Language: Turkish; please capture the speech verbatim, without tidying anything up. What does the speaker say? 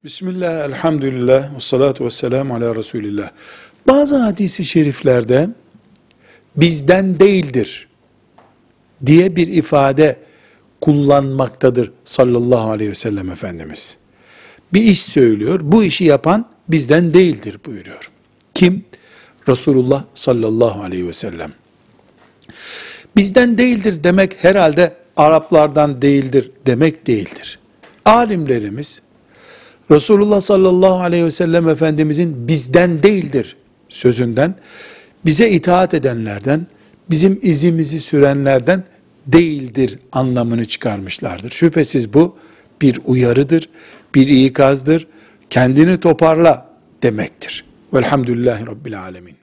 Bismillah, elhamdülillah, ve salatu ve selamu ala Resulillah. Bazı hadisi şeriflerde bizden değildir diye bir ifade kullanmaktadır sallallahu aleyhi ve sellem Efendimiz. Bir iş söylüyor, bu işi yapan bizden değildir buyuruyor. Kim? Resulullah sallallahu aleyhi ve sellem. Bizden değildir demek herhalde Araplardan değildir demek değildir. Alimlerimiz, Resulullah sallallahu aleyhi ve sellem Efendimizin bizden değildir sözünden, bize itaat edenlerden, bizim izimizi sürenlerden değildir anlamını çıkarmışlardır. Şüphesiz bu bir uyarıdır, bir ikazdır, kendini toparla demektir. Velhamdülillahi Rabbil Alemin.